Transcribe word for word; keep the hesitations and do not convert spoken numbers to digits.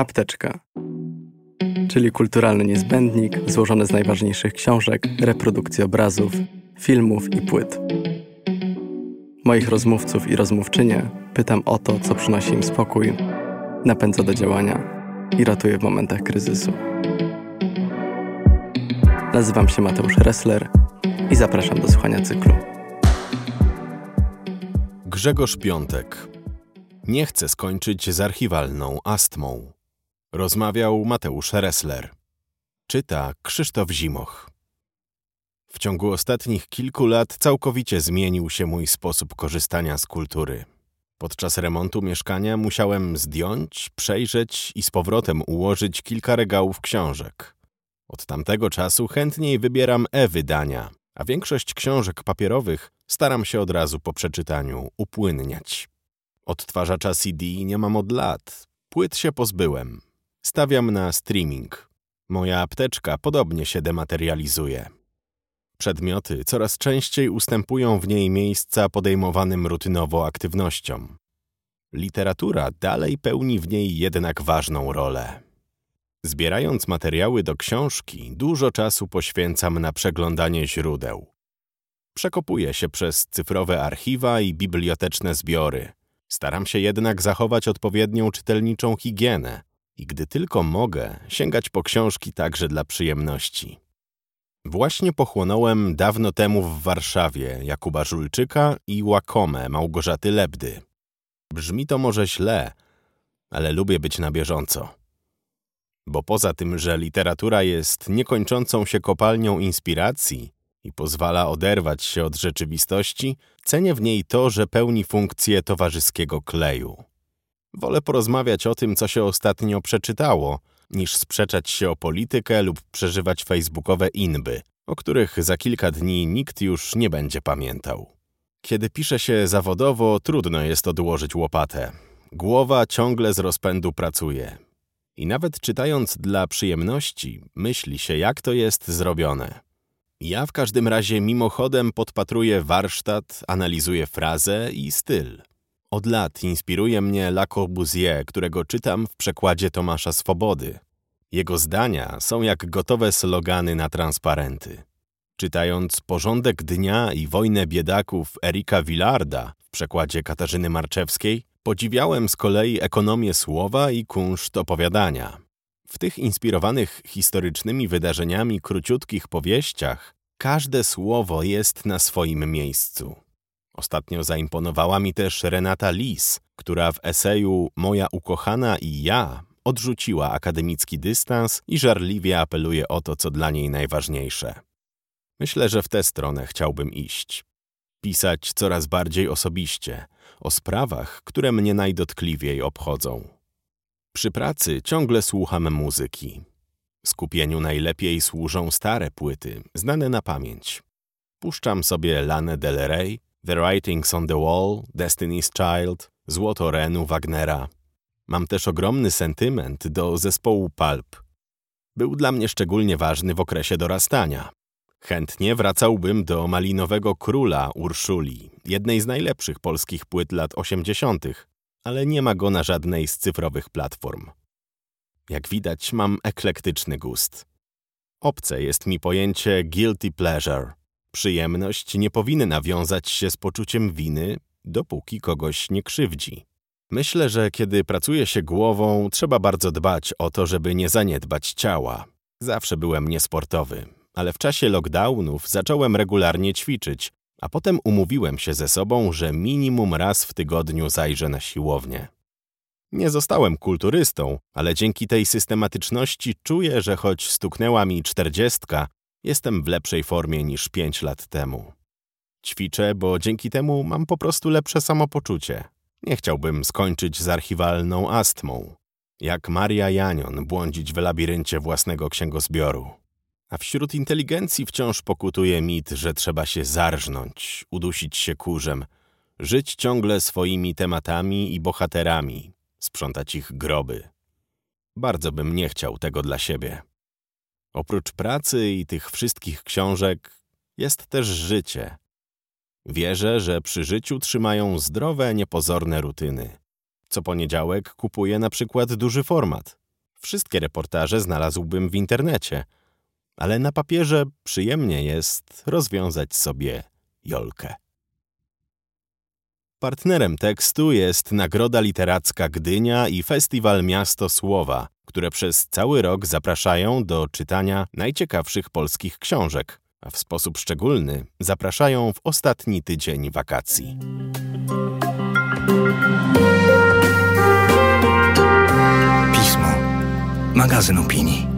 Apteczka, czyli kulturalny niezbędnik złożony z najważniejszych książek, reprodukcji obrazów, filmów i płyt. Moich rozmówców i rozmówczynie pytam o to, co przynosi im spokój, napędza do działania i ratuje w momentach kryzysu. Nazywam się Mateusz Ressler i zapraszam do słuchania cyklu. Grzegorz Piątek. Nie chcę skończyć z archiwalną astmą. Rozmawiał Mateusz Ressler. Czyta Krzysztof Zimoch. W ciągu ostatnich kilku lat całkowicie zmienił się mój sposób korzystania z kultury. Podczas remontu mieszkania musiałem zdjąć, przejrzeć i z powrotem ułożyć kilka regałów książek. Od tamtego czasu chętniej wybieram e-wydania, a większość książek papierowych staram się od razu po przeczytaniu upłynniać. Odtwarzacza C D nie mam od lat, płyt się pozbyłem. Stawiam na streaming. Moja apteczka podobnie się dematerializuje. Przedmioty coraz częściej ustępują w niej miejsca podejmowanym rutynowo aktywnościom. Literatura dalej pełni w niej jednak ważną rolę. Zbierając materiały do książki, dużo czasu poświęcam na przeglądanie źródeł. Przekopuję się przez cyfrowe archiwa i biblioteczne zbiory. Staram się jednak zachować odpowiednią czytelniczą higienę i gdy tylko mogę, sięgać po książki także dla przyjemności. Właśnie pochłonąłem dawno temu w Warszawie Jakuba Żulczyka i Łakomę Małgorzaty Lebdy. Brzmi to może źle, ale lubię być na bieżąco. Bo poza tym, że literatura jest niekończącą się kopalnią inspiracji i pozwala oderwać się od rzeczywistości, cenię w niej to, że pełni funkcję towarzyskiego kleju. Wolę porozmawiać o tym, co się ostatnio przeczytało, niż sprzeczać się o politykę lub przeżywać facebookowe inby, o których za kilka dni nikt już nie będzie pamiętał. Kiedy pisze się zawodowo, trudno jest odłożyć łopatę. Głowa ciągle z rozpędu pracuje. I nawet czytając dla przyjemności, myśli się, jak to jest zrobione. Ja w każdym razie mimochodem podpatruję warsztat, analizuję frazę i styl. Od lat inspiruje mnie Le Corbusier, którego czytam w przekładzie Tomasza Swobody. Jego zdania są jak gotowe slogany na transparenty. Czytając Porządek dnia i Wojnę biedaków Erika Villarda w przekładzie Katarzyny Marczewskiej, podziwiałem z kolei ekonomię słowa i kunszt opowiadania. W tych inspirowanych historycznymi wydarzeniami króciutkich powieściach każde słowo jest na swoim miejscu. Ostatnio zaimponowała mi też Renata Lis, która w eseju Moja ukochana i ja odrzuciła akademicki dystans i żarliwie apeluje o to, co dla niej najważniejsze. Myślę, że w tę stronę chciałbym iść. Pisać coraz bardziej osobiście, o sprawach, które mnie najdotkliwiej obchodzą. Przy pracy ciągle słucham muzyki. Skupieniu najlepiej służą stare płyty, znane na pamięć. Puszczam sobie Lanę Del Rey, The Writings on the Wall, Destiny's Child, Złoto Renu Wagnera. Mam też ogromny sentyment do zespołu Pulp. Był dla mnie szczególnie ważny w okresie dorastania. Chętnie wracałbym do Malinowego Króla Urszuli, jednej z najlepszych polskich płyt lat osiemdziesiątych, ale nie ma go na żadnej z cyfrowych platform. Jak widać, mam eklektyczny gust. Obce jest mi pojęcie guilty pleasure. Przyjemność nie powinna wiązać się z poczuciem winy, dopóki kogoś nie krzywdzi. Myślę, że kiedy pracuje się głową, trzeba bardzo dbać o to, żeby nie zaniedbać ciała. Zawsze byłem niesportowy, ale w czasie lockdownów zacząłem regularnie ćwiczyć, a potem umówiłem się ze sobą, że minimum raz w tygodniu zajrzę na siłownię. Nie zostałem kulturystą, ale dzięki tej systematyczności czuję, że choć stuknęła mi czterdziestka, jestem w lepszej formie niż pięć lat temu. Ćwiczę, bo dzięki temu mam po prostu lepsze samopoczucie. Nie chciałbym skończyć z archiwalną astmą. Jak Maria Janion błądzić w labiryncie własnego księgozbioru. A wśród inteligencji wciąż pokutuje mit, że trzeba się zarżnąć, udusić się kurzem, żyć ciągle swoimi tematami i bohaterami, sprzątać ich groby. Bardzo bym nie chciał tego dla siebie. Oprócz pracy i tych wszystkich książek jest też życie. Wierzę, że przy życiu trzymają zdrowe, niepozorne rutyny. Co poniedziałek kupuję na przykład duży format. Wszystkie reportaże znalazłbym w internecie, ale na papierze przyjemnie jest rozwiązać sobie Jolkę. Partnerem tekstu jest Nagroda Literacka Gdynia i Festiwal Miasto Słowa, które przez cały rok zapraszają do czytania najciekawszych polskich książek, a w sposób szczególny zapraszają w ostatni tydzień wakacji. Pismo. Magazyn opinii.